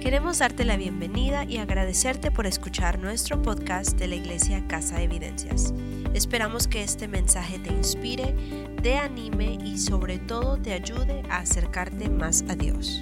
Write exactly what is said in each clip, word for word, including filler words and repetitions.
Queremos darte la bienvenida y agradecerte por escuchar nuestro podcast de la Iglesia Casa de Evidencias. Esperamos que este mensaje te inspire, te anime y sobre todo te ayude a acercarte más a Dios.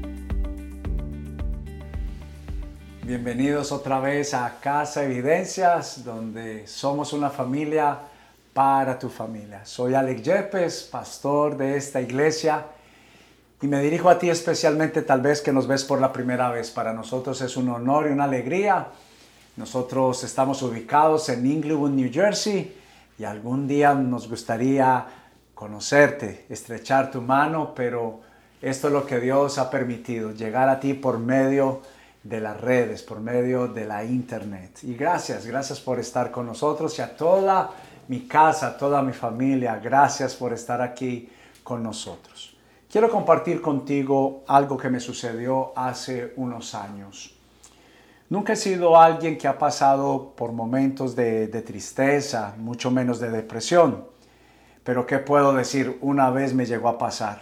Bienvenidos otra vez a Casa Evidencias, donde somos una familia para tu familia. Soy Alex Yepes, pastor de esta iglesia, y me dirijo a ti especialmente tal vez que nos ves por la primera vez. Para nosotros es un honor y una alegría. Nosotros estamos ubicados en Inglewood, New Jersey, y algún día nos gustaría conocerte, estrechar tu mano, pero esto es lo que Dios ha permitido, llegar a ti por medio de las redes, por medio de la internet. Y gracias, gracias por estar con nosotros, y a toda mi casa, a toda mi familia, gracias por estar aquí con nosotros. Quiero compartir contigo algo que me sucedió hace unos años. Nunca he sido alguien que ha pasado por momentos de, de tristeza, mucho menos de depresión. Pero ¿qué puedo decir? Una vez me llegó a pasar.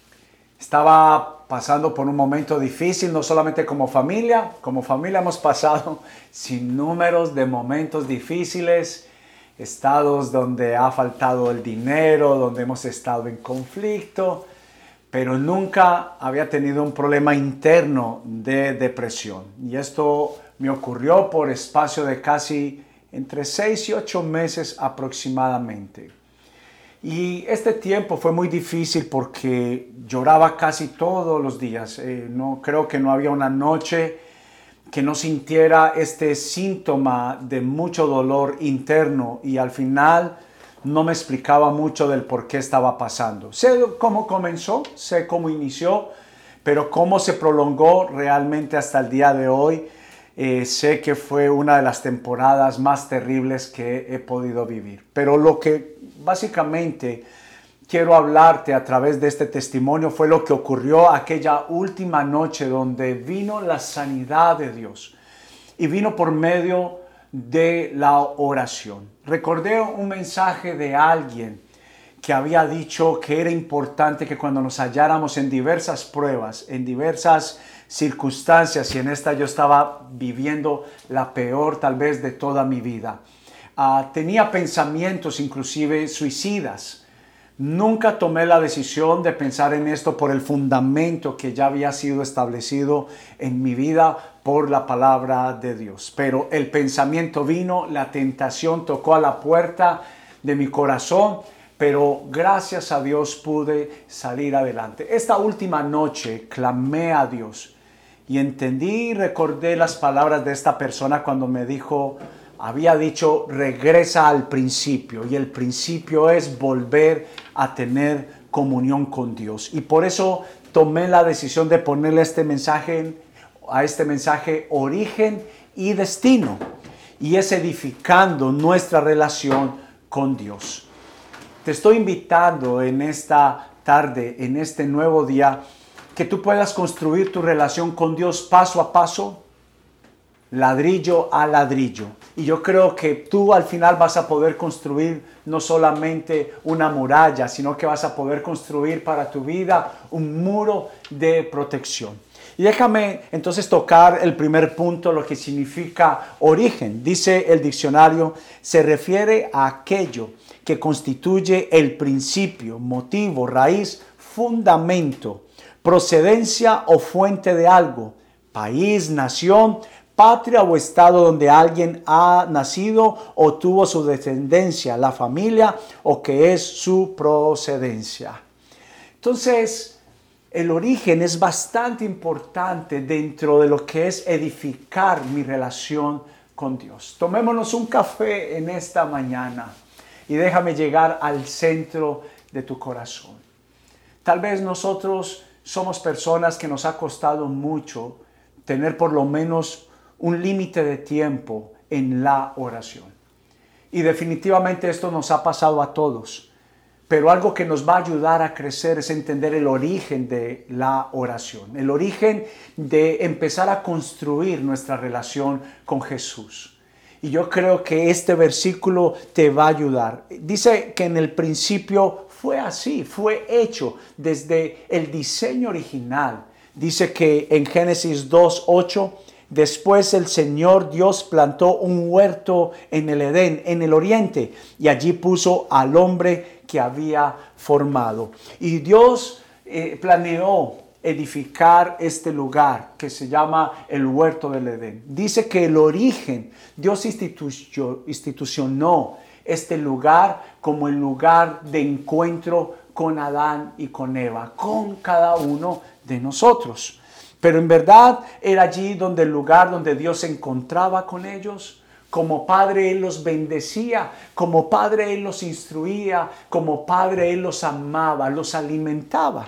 Estaba pasando por un momento difícil, no solamente como familia. Como familia hemos pasado sin números de momentos difíciles, estados donde ha faltado el dinero, donde hemos estado en conflicto, pero nunca había tenido un problema interno de depresión. Y esto me ocurrió por espacio de casi entre seis y ocho meses aproximadamente. Y este tiempo fue muy difícil porque lloraba casi todos los días. Eh, no, creo que no había una noche que no sintiera este síntoma de mucho dolor interno, y al final no me explicaba mucho del por qué estaba pasando. Sé cómo comenzó, sé cómo inició, pero cómo se prolongó realmente hasta el día de hoy. Eh, sé que fue una de las temporadas más terribles que he podido vivir. Pero lo que básicamente quiero hablarte a través de este testimonio fue lo que ocurrió aquella última noche donde vino la sanidad de Dios, y vino por medio de la oración. Recordé un mensaje de alguien que había dicho que era importante que cuando nos halláramos en diversas pruebas, en diversas circunstancias, y en esta yo estaba viviendo la peor tal vez de toda mi vida. Uh, tenía pensamientos inclusive suicidas. Nunca tomé la decisión de pensar en esto por el fundamento que ya había sido establecido en mi vida por la palabra de Dios. Pero el pensamiento vino, la tentación tocó a la puerta de mi corazón, pero gracias a Dios pude salir adelante. Esta última noche clamé a Dios y entendí y recordé las palabras de esta persona cuando me dijo, había dicho, regresa al principio, y el principio es volver a tener comunión con Dios. Y por eso tomé la decisión de ponerle este mensaje, a este mensaje origen y destino, y es edificando nuestra relación con Dios. Te estoy invitando en esta tarde, en este nuevo día, que tú puedas construir tu relación con Dios paso a paso, ladrillo a ladrillo. Y yo creo que tú al final vas a poder construir no solamente una muralla, sino que vas a poder construir para tu vida un muro de protección. Y déjame entonces tocar el primer punto, lo que significa origen. Dice el diccionario, se refiere a aquello que constituye el principio, motivo, raíz, fundamento, procedencia o fuente de algo, país, nación, patria o estado donde alguien ha nacido o tuvo su descendencia, la familia, o que es su procedencia. Entonces, el origen es bastante importante dentro de lo que es edificar mi relación con Dios. Tomémonos un café en esta mañana y déjame llegar al centro de tu corazón. Tal vez nosotros somos personas que nos ha costado mucho tener por lo menos un límite de tiempo en la oración. Y definitivamente esto nos ha pasado a todos. Pero algo que nos va a ayudar a crecer es entender el origen de la oración. El origen de empezar a construir nuestra relación con Jesús. Y yo creo que este versículo te va a ayudar. Dice que en el principio fue así, fue hecho desde el diseño original Dice que en Génesis dos ocho, después el Señor Dios plantó un huerto en el Edén, en el oriente, y allí puso al hombre que había formado. Y Dios eh, planeó edificar este lugar que se llama el huerto del Edén. Dice que el origen, Dios instituyó, institucionó este lugar como el lugar de encuentro con Adán y con Eva, con cada uno de nosotros. Pero en verdad era allí donde el lugar donde Dios se encontraba con ellos. Como Padre Él los bendecía, como Padre Él los instruía, como Padre Él los amaba, los alimentaba.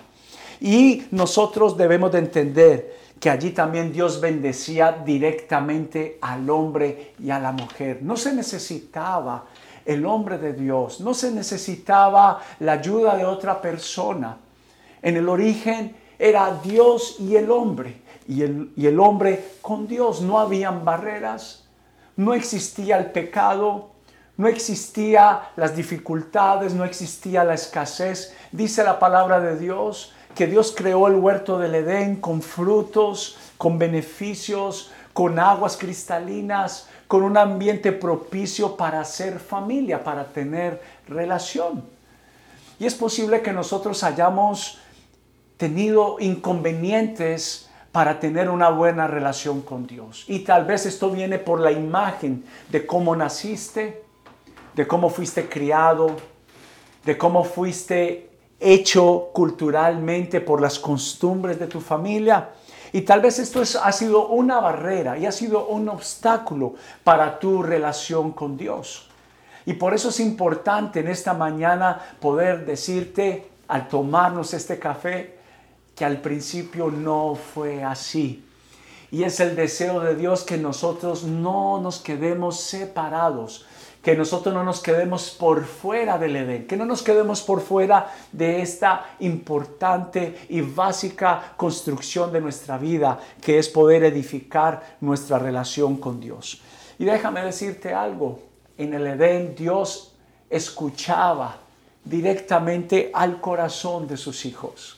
Y nosotros debemos de entender que allí también Dios bendecía directamente al hombre y a la mujer. No se necesitaba el hombre de Dios, no se necesitaba la ayuda de otra persona. En el origen era Dios y el hombre, y el, y el hombre con Dios. No habían barreras, no existía el pecado, no existía las dificultades, no existía la escasez. Dice la palabra de Dios que Dios creó el huerto del Edén con frutos, con beneficios, con aguas cristalinas, con un ambiente propicio para hacer familia, para tener relación. Y es posible que nosotros hayamos tenido inconvenientes para tener una buena relación con Dios. Y tal vez esto viene por la imagen de cómo naciste, de cómo fuiste criado, de cómo fuiste hecho culturalmente por las costumbres de tu familia. Y tal vez esto es, ha sido una barrera y ha sido un obstáculo para tu relación con Dios. Y por eso es importante en esta mañana poder decirte, al tomarnos este café, que al principio no fue así. Y es el deseo de Dios que nosotros no nos quedemos separados, que nosotros no nos quedemos por fuera del Edén, que no nos quedemos por fuera de esta importante y básica construcción de nuestra vida, que es poder edificar nuestra relación con Dios. Y déjame decirte algo, en el Edén Dios escuchaba directamente al corazón de sus hijos.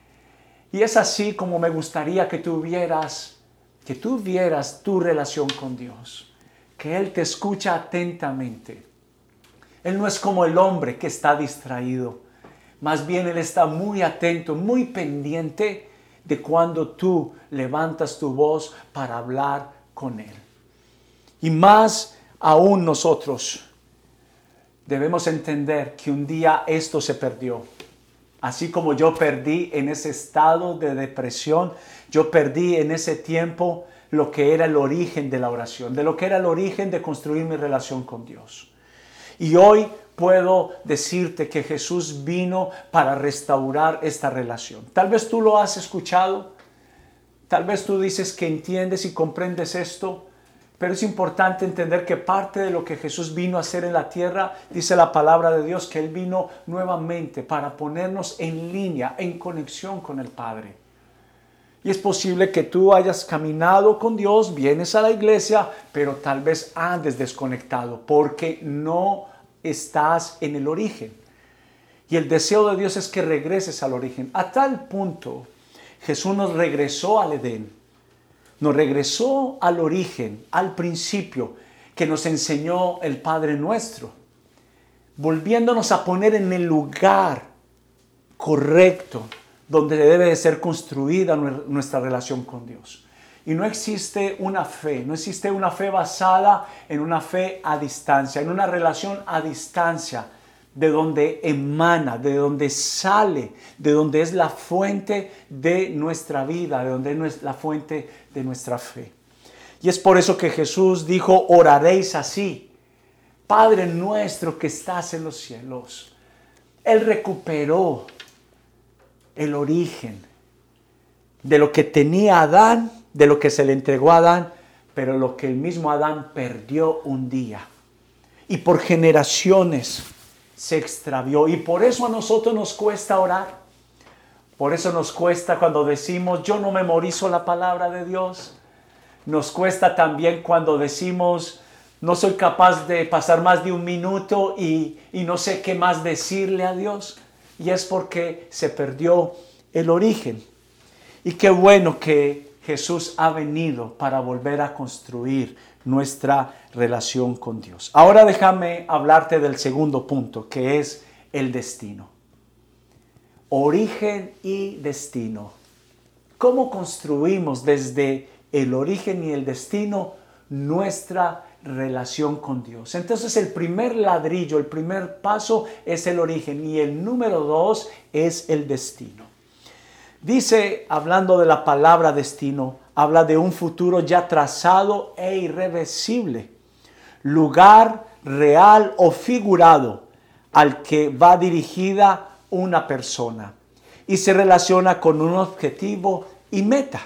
Y es así como me gustaría que tú vieras, que tú vieras tu relación con Dios. Que Él te escucha atentamente. Él no es como el hombre que está distraído. Más bien Él está muy atento, muy pendiente de cuando tú levantas tu voz para hablar con Él. Y más aún nosotros debemos entender que un día esto se perdió. Así como yo perdí en ese estado de depresión, yo perdí en ese tiempo lo que era el origen de la oración, de lo que era el origen de construir mi relación con Dios. Y hoy puedo decirte que Jesús vino para restaurar esta relación. Tal vez tú lo has escuchado, tal vez tú dices que entiendes y comprendes esto, pero es importante entender que parte de lo que Jesús vino a hacer en la tierra, dice la palabra de Dios, que Él vino nuevamente para ponernos en línea, en conexión con el Padre. Y es posible que tú hayas caminado con Dios, vienes a la iglesia, pero tal vez andes desconectado porque no estás en el origen. Y el deseo de Dios es que regreses al origen. A tal punto, Jesús nos regresó al Edén, nos regresó al origen, al principio, que nos enseñó el Padre nuestro, volviéndonos a poner en el lugar correcto, donde debe de ser construida nuestra relación con Dios. Y no existe una fe, no existe una fe basada en una fe a distancia, en una relación a distancia, de donde emana, de donde sale, de donde es la fuente de nuestra vida, de donde es la fuente de nuestra fe. Y es por eso que Jesús dijo, oraréis así: Padre nuestro que estás en los cielos. Él recuperó el origen de lo que tenía Adán, de lo que se le entregó a Adán, pero lo que el mismo Adán perdió un día. Y por generaciones se extravió. Y por eso a nosotros nos cuesta orar. Por eso nos cuesta cuando decimos, yo no memorizo la palabra de Dios. Nos cuesta también cuando decimos, no soy capaz de pasar más de un minuto y, y no sé qué más decirle a Dios. Y es porque se perdió el origen. Y qué bueno que Jesús ha venido para volver a construir nuestra relación con Dios. Ahora déjame hablarte del segundo punto, que es el destino. Origen y destino. ¿Cómo construimos desde el origen y el destino nuestra relación con Dios? Entonces el primer ladrillo, el primer paso es el origen y el número dos es el destino. Dice, hablando de la palabra destino, habla de un futuro ya trazado e irreversible, lugar real o figurado al que va dirigida una persona y se relaciona con un objetivo y meta.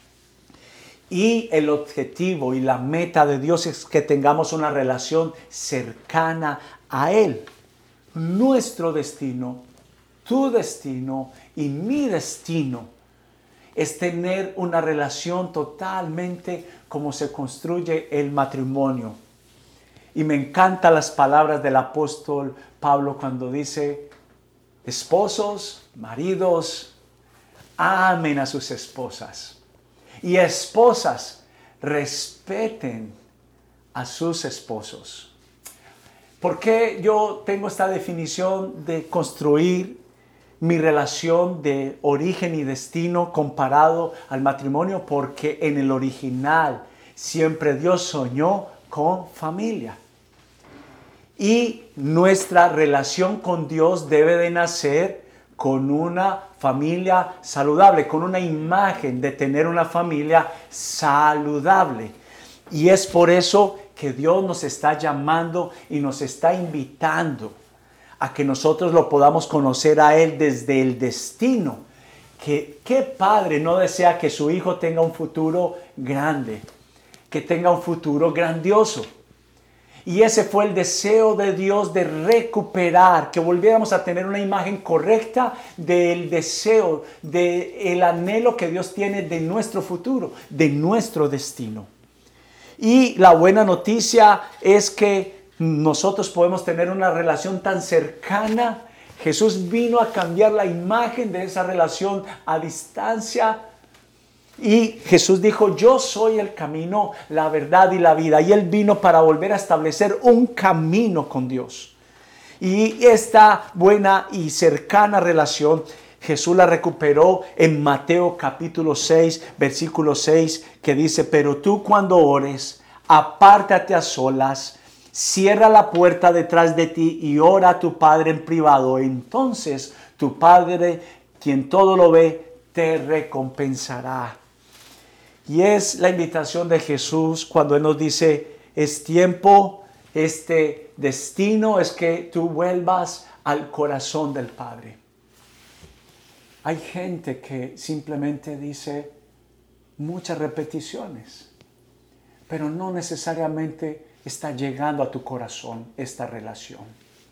Y el objetivo y la meta de Dios es que tengamos una relación cercana a Él. Nuestro destino, tu destino y mi destino es tener una relación totalmente como se construye el matrimonio. Y me encantan las palabras del apóstol Pablo cuando dice: esposos, maridos, amen a sus esposas. Y esposas, respeten a sus esposos. ¿Por qué yo tengo esta definición de construir mi relación de origen y destino comparado al matrimonio? Porque en el original siempre Dios soñó con familia. Y nuestra relación con Dios debe de nacer con una familia saludable, con una imagen de tener una familia saludable. Y es por eso que Dios nos está llamando y nos está invitando a que nosotros lo podamos conocer a Él desde el destino. Que, ¿qué padre no desea que su hijo tenga un futuro grande, que tenga un futuro grandioso? Y ese fue el deseo de Dios de recuperar, que volviéramos a tener una imagen correcta del deseo, del anhelo que Dios tiene de nuestro futuro, de nuestro destino. Y la buena noticia es que nosotros podemos tener una relación tan cercana. Jesús vino a cambiar la imagen de esa relación a distancia. Y Jesús dijo: yo soy el camino, la verdad y la vida. Y Él vino para volver a establecer un camino con Dios. Y esta buena y cercana relación, Jesús la recuperó en Mateo capítulo seis, versículo seis, que dice: pero tú cuando ores, apártate a solas, cierra la puerta detrás de ti y ora a tu Padre en privado. Entonces tu Padre, quien todo lo ve, te recompensará. Y es la invitación de Jesús cuando Él nos dice: es tiempo, este destino es que tú vuelvas al corazón del Padre. Hay gente que simplemente dice muchas repeticiones, pero no necesariamente está llegando a tu corazón esta relación.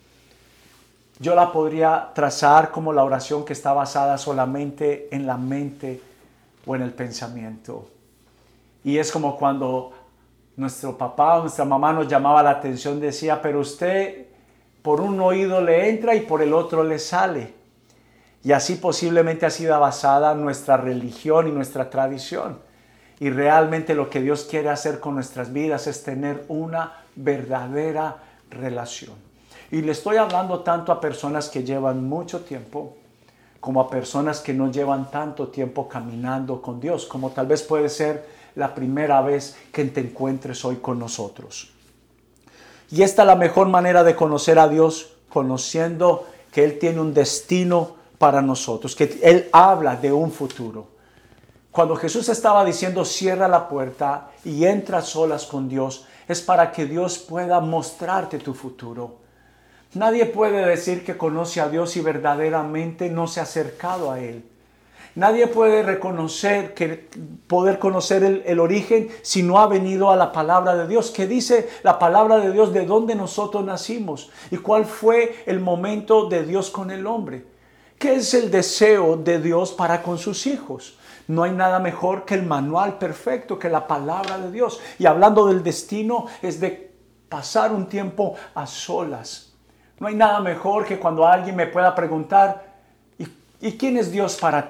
Yo la podría trazar como la oración que está basada solamente en la mente o en el pensamiento. Y es como cuando nuestro papá o nuestra mamá nos llamaba la atención, decía: pero usted por un oído le entra y por el otro le sale. Y así posiblemente ha sido basada nuestra religión y nuestra tradición. Y realmente lo que Dios quiere hacer con nuestras vidas es tener una verdadera relación. Y le estoy hablando tanto a personas que llevan mucho tiempo, como a personas que no llevan tanto tiempo caminando con Dios, como tal vez puede ser la primera vez que te encuentres hoy con nosotros. Y esta es la mejor manera de conocer a Dios, conociendo que Él tiene un destino para nosotros, que Él habla de un futuro. Cuando Jesús estaba diciendo cierra la puerta y entra a solas con Dios, es para que Dios pueda mostrarte tu futuro. Nadie puede decir que conoce a Dios y verdaderamente no se ha acercado a Él. Nadie puede reconocer, que, poder conocer el, el origen si no ha venido a la palabra de Dios. ¿Qué dice la palabra de Dios de dónde nosotros nacimos? ¿Y cuál fue el momento de Dios con el hombre? ¿Qué es el deseo de Dios para con sus hijos? No hay nada mejor que el manual perfecto, que la palabra de Dios. Y hablando del destino, es de pasar un tiempo a solas. No hay nada mejor que cuando alguien me pueda preguntar: ¿y, ¿y quién es Dios para ti?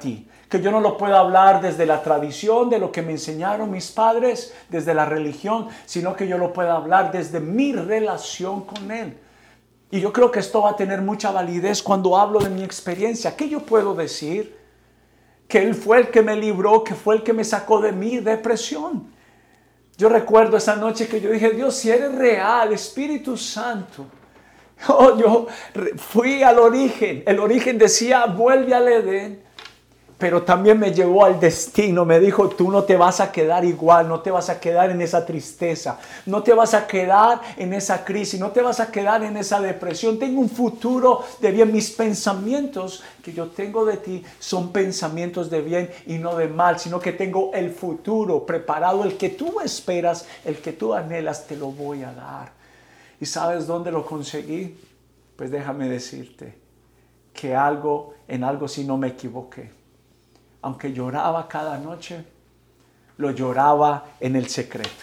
Que yo no lo pueda hablar desde la tradición, de lo que me enseñaron mis padres, desde la religión, sino que yo lo pueda hablar desde mi relación con Él. Y yo creo que esto va a tener mucha validez cuando hablo de mi experiencia. ¿Qué yo puedo decir? Que Él fue el que me libró, que fue el que me sacó de mi depresión. Yo recuerdo esa noche que yo dije, Dios, si eres real, Espíritu Santo. Oh, yo fui al origen. El origen decía, vuelve al Edén. Pero también me llevó al destino. Me dijo, tú no te vas a quedar igual. No te vas a quedar en esa tristeza. No te vas a quedar en esa crisis. No te vas a quedar en esa depresión. Tengo un futuro de bien. Mis pensamientos que yo tengo de ti son pensamientos de bien y no de mal. Sino que tengo el futuro preparado. El que tú esperas, el que tú anhelas, te lo voy a dar. ¿Y sabes dónde lo conseguí? Pues déjame decirte que algo, en algo sí no me equivoqué. Aunque lloraba cada noche, lo lloraba en el secreto.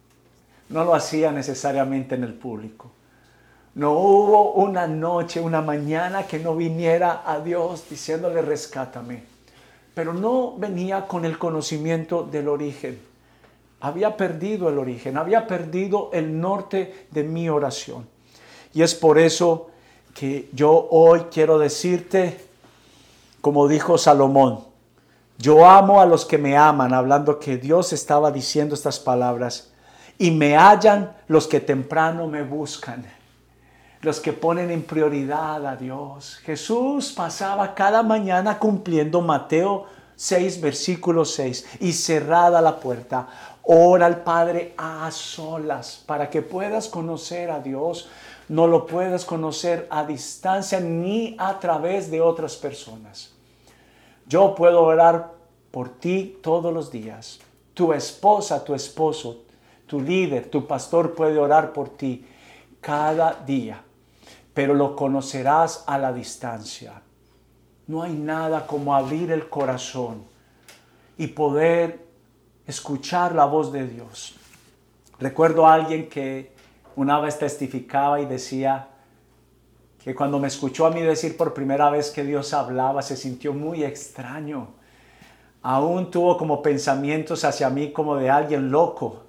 No lo hacía necesariamente en el público. No hubo una noche, una mañana que no viniera a Dios diciéndole rescátame. Pero no venía con el conocimiento del origen. Había perdido el origen, había perdido el norte de mi oración. Y es por eso que yo hoy quiero decirte, como dijo Salomón, yo amo a los que me aman, hablando que Dios estaba diciendo estas palabras. Y me hallan los que temprano me buscan, los que ponen en prioridad a Dios. Jesús pasaba cada mañana cumpliendo Mateo seis, versículo seis. Y cerrada la puerta, ora al Padre a solas para que puedas conocer a Dios. No lo puedes conocer a distancia ni a través de otras personas. Yo puedo orar por ti todos los días. Tu esposa, tu esposo, tu líder, tu pastor puede orar por ti cada día. Pero lo conocerás a la distancia. No hay nada como abrir el corazón y poder escuchar la voz de Dios. Recuerdo a alguien que una vez testificaba y decía que cuando me escuchó a mí decir por primera vez que Dios hablaba, se sintió muy extraño. Aún tuvo como pensamientos hacia mí como de alguien loco.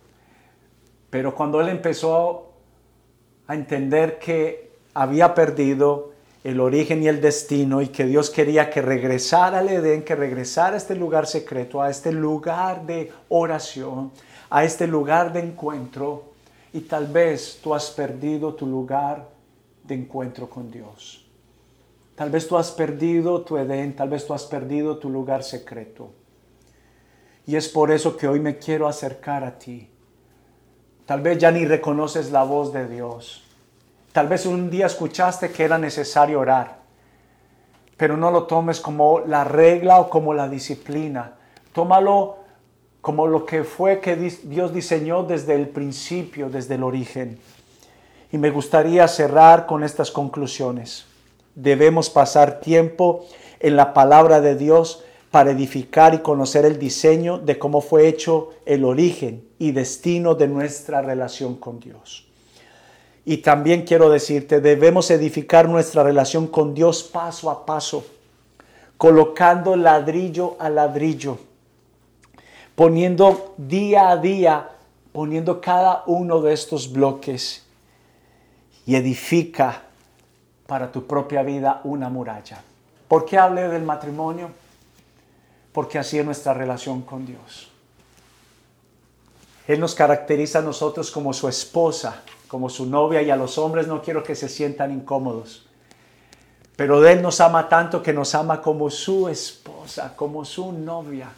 Pero cuando él empezó a entender que había perdido el origen y el destino y que Dios quería que regresara al Edén, que regresara a este lugar secreto, a este lugar de oración, a este lugar de encuentro, y tal vez tú has perdido tu lugar de encuentro con Dios. Tal vez tú has perdido tu Edén, tal vez tú has perdido tu lugar secreto. Y es por eso que hoy me quiero acercar a ti. Tal vez ya ni reconoces la voz de Dios. Tal vez un día escuchaste que era necesario orar, pero no lo tomes como la regla o como la disciplina. Tómalo como lo que fue que Dios diseñó desde el principio, desde el origen. Y me gustaría cerrar con estas conclusiones. Debemos pasar tiempo en la palabra de Dios para edificar y conocer el diseño de cómo fue hecho el origen y destino de nuestra relación con Dios. Y también quiero decirte, debemos edificar nuestra relación con Dios paso a paso, colocando ladrillo a ladrillo, poniendo día a día, poniendo cada uno de estos bloques, y edifica para tu propia vida una muralla. ¿Por qué hablé del matrimonio? Porque así es nuestra relación con Dios. Él nos caracteriza a nosotros como su esposa, como su novia, y a los hombres no quiero que se sientan incómodos. Pero Él nos ama tanto que nos ama como su esposa, como su novia.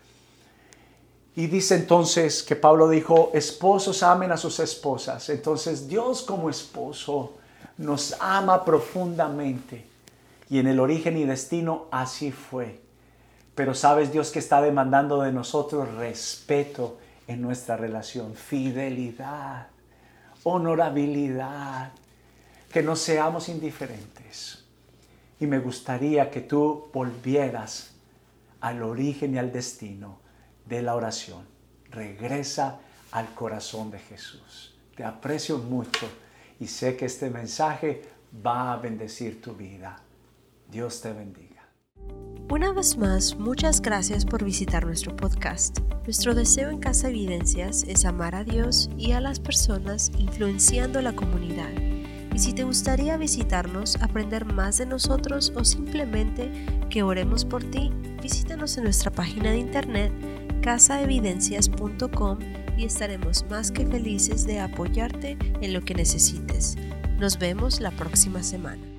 Y dice entonces que Pablo dijo, esposos amen a sus esposas. Entonces Dios como esposo nos ama profundamente. Y en el origen y destino así fue. Pero sabes, Dios que está demandando de nosotros respeto en nuestra relación, fidelidad, honorabilidad, que no seamos indiferentes. Y me gustaría que tú volvieras al origen y al destino de la oración. Regresa al corazón de Jesús. Te aprecio mucho y sé que este mensaje va a bendecir tu vida. Dios te bendiga. Una vez más, muchas gracias por visitar nuestro podcast. Nuestro deseo en Casa Evidencias es amar a Dios y a las personas influenciando la comunidad. Y si te gustaría visitarnos, aprender más de nosotros o simplemente que oremos por ti, visítanos en nuestra página de internet casa evidencias punto com y estaremos más que felices de apoyarte en lo que necesites. Nos vemos la próxima semana.